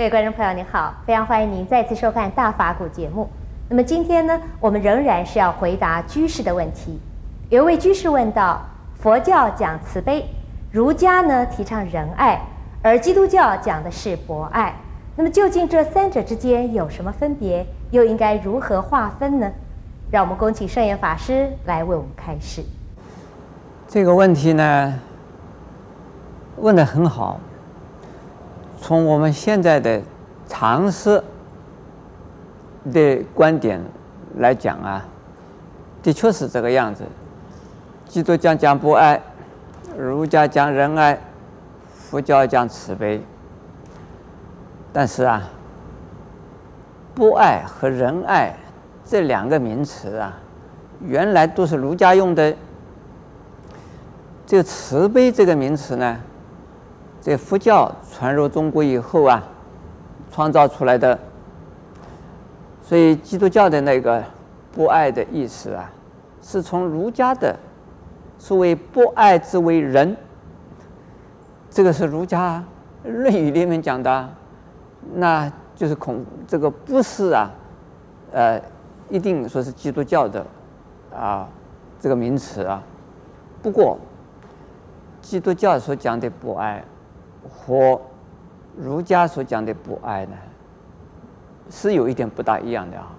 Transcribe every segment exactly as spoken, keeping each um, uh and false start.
位观众朋友您好，非常欢迎您再次收看大法古节目。那么今天呢，我们仍然是要回答居士的问题。有一位居士问到：佛教讲慈悲，儒家呢提倡仁爱，而基督教讲的是博爱。那么究竟这三者之间有什么分别？又应该如何划分呢？让我们恭请圣严法师来为我们开示。 这个问题呢，问得很好。从我们现在的常识的观点来讲啊，的确是这个样子。基督教讲博爱，儒家讲仁爱，佛教讲慈悲。但是啊，博爱和仁爱这两个名词啊，原来都是儒家用的。这个慈悲这个名词呢，这佛教传入中国以后啊，创造出来的。所以基督教的那个博爱的意思啊，是从儒家的所谓博爱之为仁，这个是儒家《论语》里面讲的，那就是孔这个不是啊，呃，一定说是基督教的啊这个名词啊。不过基督教所讲的博爱和儒家所讲的博爱呢，是有一点不大一样的啊。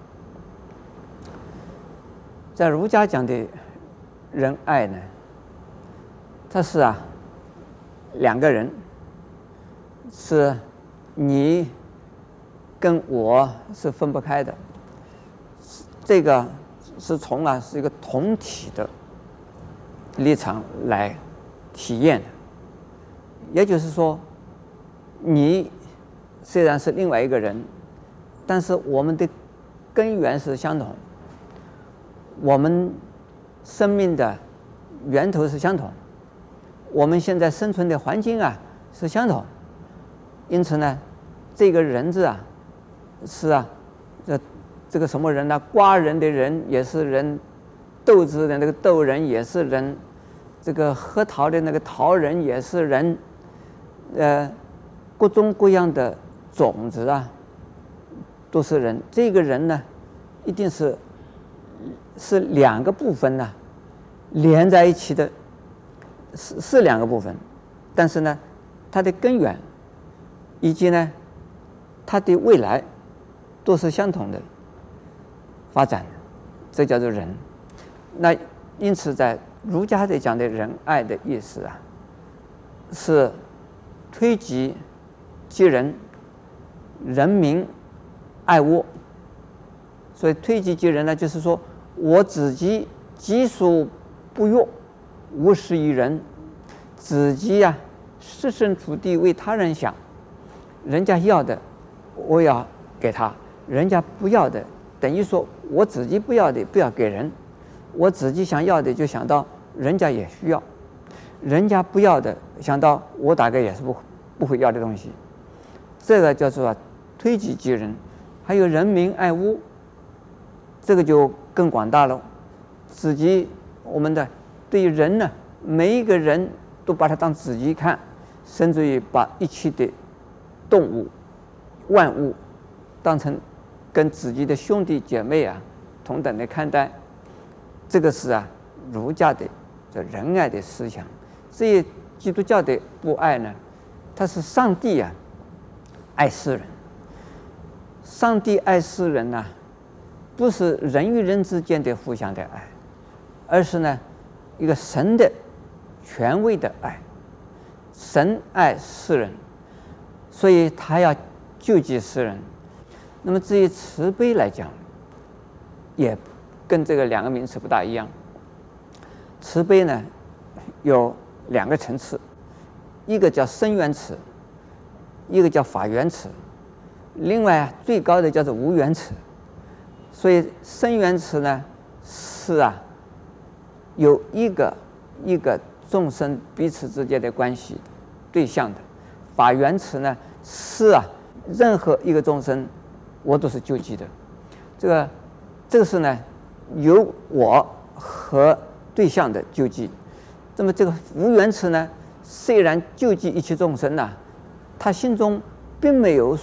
在儒家讲的仁爱呢，它是啊两个人，是你跟我是分不开的，这个是从啊是一个同体的立场来体验的。也就是说，你虽然是另外一个人，但是我们的根源是相同，我们生命的源头是相同，我们现在生存的环境啊是相同。因此呢，这个人字啊，是啊，这这个什么人呢？瓜人的人也是人，豆子的那个豆人也是人，这个核桃的那个桃人也是人，呃，各种各样的种子啊，都是人。这个人呢，一定是是两个部分呢、啊、连在一起的，是是两个部分，但是呢，它的根源以及呢，它的未来都是相同的发展，这叫做人。那因此，在儒家的讲的仁爱的意思啊，是推己及人，人民爱我。所以推己及人呢，就是说我自己己所不欲，勿施于人，自己啊设身处地为他人想，人家要的我要给他，人家不要的，等于说我自己不要的不要给人，我自己想要的就想到人家也需要，人家不要的想到我大概也是不不会要的东西，这个叫做、啊、推己及人。还有人民爱物，这个就更广大了。自己我们的对于人呢，每一个人都把他当自己看，甚至于把一切的动物万物当成跟自己的兄弟姐妹啊同等的看待。这个是啊儒家的这仁爱的思想。至于基督教的博爱呢，它是上帝啊爱世人。上帝爱世人呢、啊，不是人与人之间的互相的爱，而是呢一个神的权威的爱。神爱世人，所以他要救济世人。那么至于慈悲来讲，也跟这个两个名词不大一样。慈悲呢有两个层次，一个叫生缘慈，一个叫法缘慈。另外啊，最高的叫做无缘慈。所以生缘慈呢是啊有一个一个众生彼此之间的关系对象的。法缘慈呢是啊任何一个众生我都是救济的。这个这个是呢有我和对象的救济。那么这个无缘慈呢，虽然救济一切众生呐、啊，他心中并没有说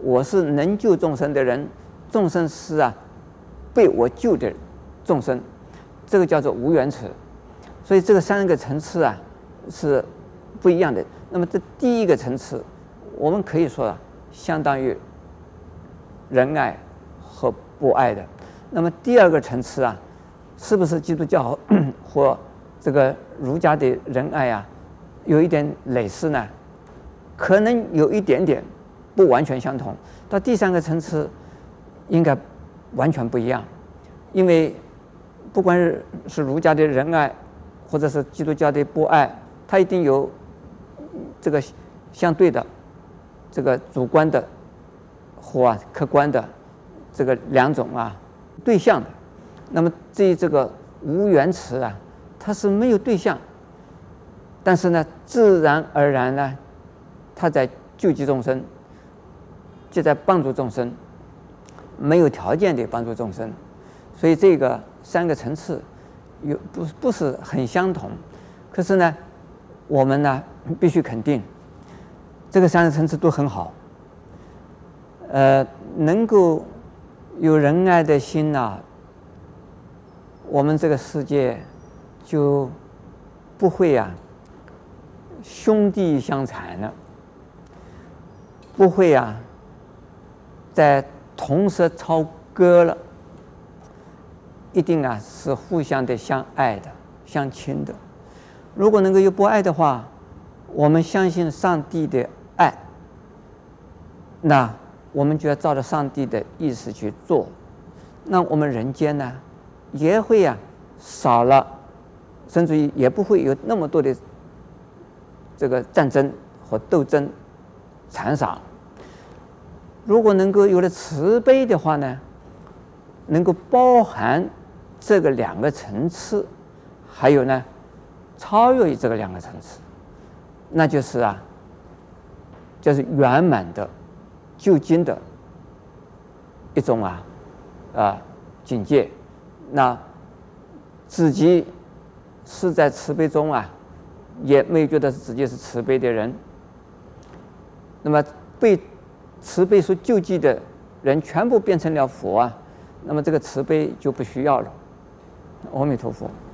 我是能救众生的人，众生是啊被我救的众生，这个叫做无缘慈。所以这个三个层次啊是不一样的。那么这第一个层次，我们可以说啊，相当于仁爱和博爱的。那么第二个层次啊，是不是基督教或这个儒家的仁爱啊，有一点类似呢？可能有一点点，不完全相同。到第三个层次，应该完全不一样，因为不管是是儒家的仁爱，或者是基督教的博爱，它一定有这个相对的这个主观的或啊客观的这个两种啊对象的。那么至于这个无缘慈啊，它是没有对象，但是呢，自然而然呢，它在救济众生，就在帮助众生，没有条件的帮助众生。所以这个三个层次有不不是很相同，可是呢，我们呢必须肯定，这个三个层次都很好。呃，能够有仁爱的心呐、啊，我们这个世界就不会啊兄弟相残了，不会啊在同舌操戈了，一定啊是互相的相爱的、相亲的。如果能够有博爱的话，我们相信上帝的爱，那我们就要照着上帝的意思去做，那我们人间呢也会啊少了，甚至于也不会有那么多的这个战争和斗争残杀。如果能够有了慈悲的话呢，能够包含这个两个层次，还有呢超越于这个两个层次，那就是啊就是圆满的究竟的一种啊啊境界。那自己是在慈悲中啊，也没有觉得自己是慈悲的人。那么被慈悲所救济的人全部变成了佛啊，那么这个慈悲就不需要了。阿弥陀佛。